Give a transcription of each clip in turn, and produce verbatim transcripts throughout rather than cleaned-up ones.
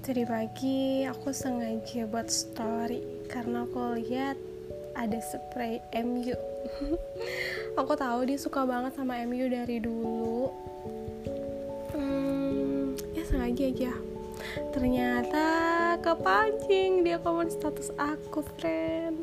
Tadi pagi aku sengaja buat story karena aku lihat ada spray M U. Aku tahu dia suka banget sama M U dari dulu. Hmm, ya sengaja aja. Ternyata kepancing dia komen status aku, friend.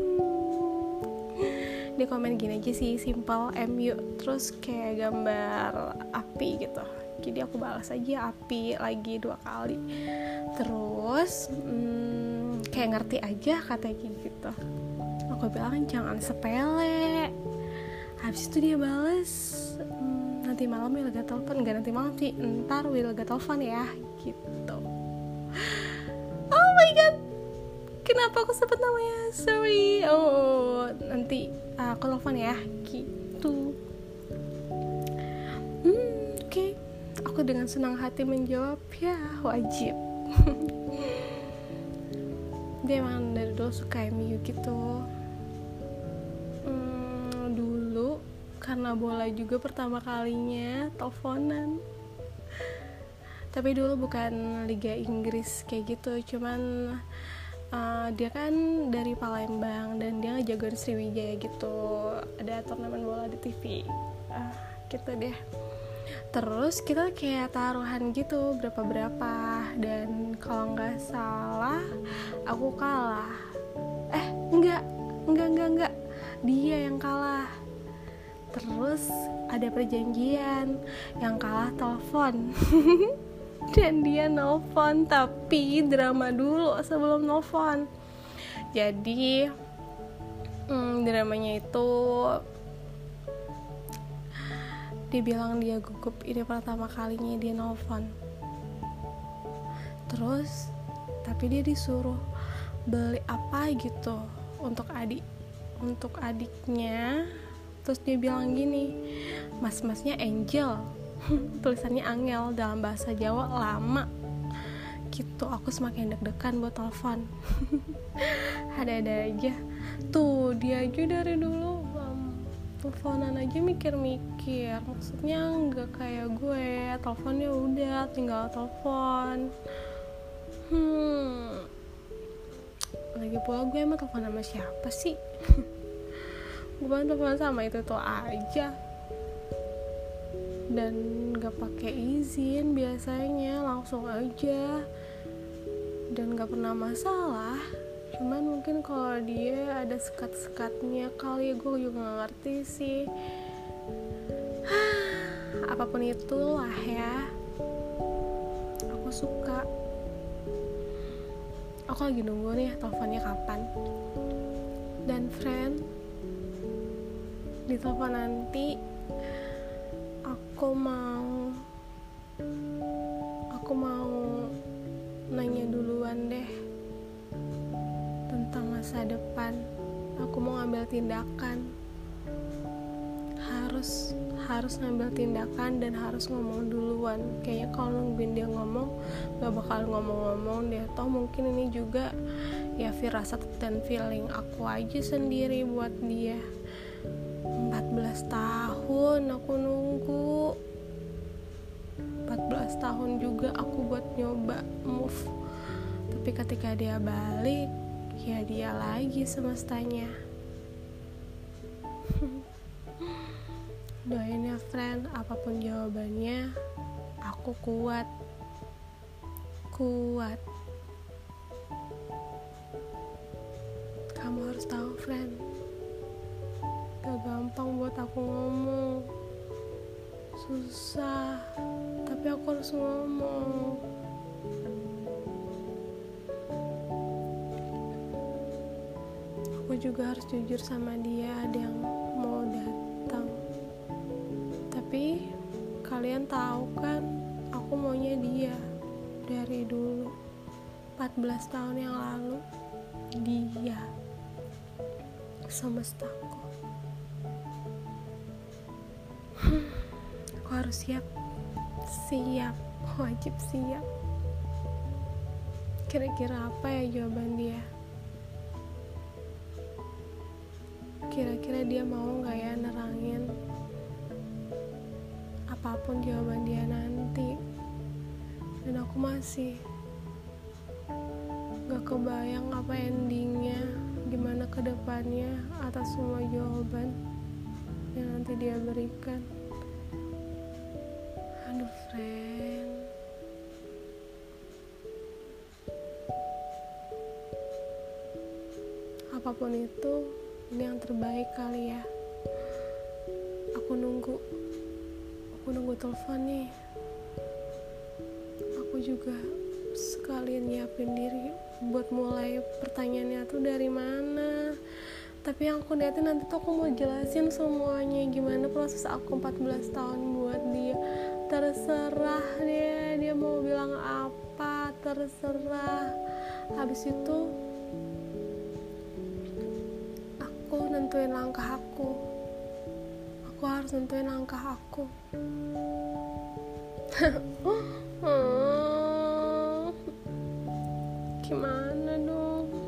Dia komen gini aja sih, simple M U, terus kayak gambar api gitu. Jadi aku balas aja api lagi dua kali. Terus hmm, kayak ngerti aja katanya gitu. Aku bilang jangan sepele. Habis itu dia balas hmm, nanti malam Wilga telepon. Enggak nanti malam sih, ntar Wilga telepon ya gitu. Oh my god, kenapa aku sebut namanya? Sorry. Oh nanti uh, aku telepon ya gitu. Hmm, oke okay. Aku dengan senang hati menjawab ya wajib. Dia emang dari dulu suka M U gitu. hmm, Dulu karena bola juga pertama kalinya teleponan. Tapi dulu bukan Liga Inggris kayak gitu. Cuman uh, dia kan dari Palembang dan dia ngejagain Sriwijaya gitu. Ada turnamen bola di T V uh, gitu deh. Terus kita kayak taruhan gitu berapa-berapa. Dan kalau gak salah aku kalah. Eh enggak Enggak, enggak, enggak Dia yang kalah. Terus ada perjanjian, yang kalah telepon. Dan dia nelfon, tapi drama dulu sebelum nelfon. Jadi hmm, dramanya itu dia bilang dia gugup, ini pertama kalinya dia nelfon. Terus tapi dia disuruh beli apa gitu untuk adik untuk adiknya. Terus dia bilang gini, mas-masnya Angel. Tulisannya Angel dalam bahasa Jawa lama gitu. Aku semakin deg-degan buat telepon. Ada-ada aja tuh, dia aja dari dulu teleponan aja mikir-mikir. Maksudnya nggak kayak gue, teleponnya udah tinggal telepon. Hmm, lagi pula gue emang telepon sama siapa sih? Gue banget telepon sama itu tuh aja. Dan nggak pakai izin biasanya, langsung aja. Dan nggak pernah masalah. Cuman mungkin kalau dia ada sekat-sekatnya kali, gue juga gak ngerti sih. Apapun itulah ya, aku suka. Aku lagi nunggu nih teleponnya kapan. Dan friend, di telepon nanti aku mau Aku mau nanya duluan deh tentang masa depan. Aku mau ngambil tindakan. Harus harus ngambil tindakan dan harus ngomong duluan. Kayaknya kalau nungguin dia ngomong gak bakal ngomong-ngomong deh. Toh mungkin ini juga ya firasat dan feeling aku aja sendiri buat dia. Empat belas tahun aku nunggu. Empat belas tahun juga aku buat nyoba move. Tapi ketika dia balik, ya dia lagi semestanya. Doain ya friend, apapun jawabannya, aku kuat. Kuat. Kamu harus tahu friend, gak gampang buat aku ngomong. Susah, tapi aku harus ngomong. Aku juga harus jujur sama dia, ada yang mau datang. Tapi kalian tahu kan, aku maunya dia dari dulu. Empat belas tahun yang lalu, dia semestaku. Aku harus siap. Siap, wajib siap. Kira-kira apa ya jawaban dia? Kira-kira dia mau gak ya nerangin apapun jawaban dia nanti. Dan aku masih gak kebayang apa endingnya, gimana kedepannya atas semua jawaban yang nanti dia berikan. Aduh friend, apapun itu, ini yang terbaik kali ya. Aku nunggu, aku nunggu telepon nih. Aku juga sekalian nyiapin diri buat mulai pertanyaannya tuh dari mana. Tapi yang aku niatin nanti tuh aku mau jelasin semuanya, gimana proses aku empat belas tahun buat dia. Terserah dia, dia mau bilang apa, terserah. Habis itu aku nentuin langkah aku. Aku harus nentuin langkah aku. Hmm, gimana dong?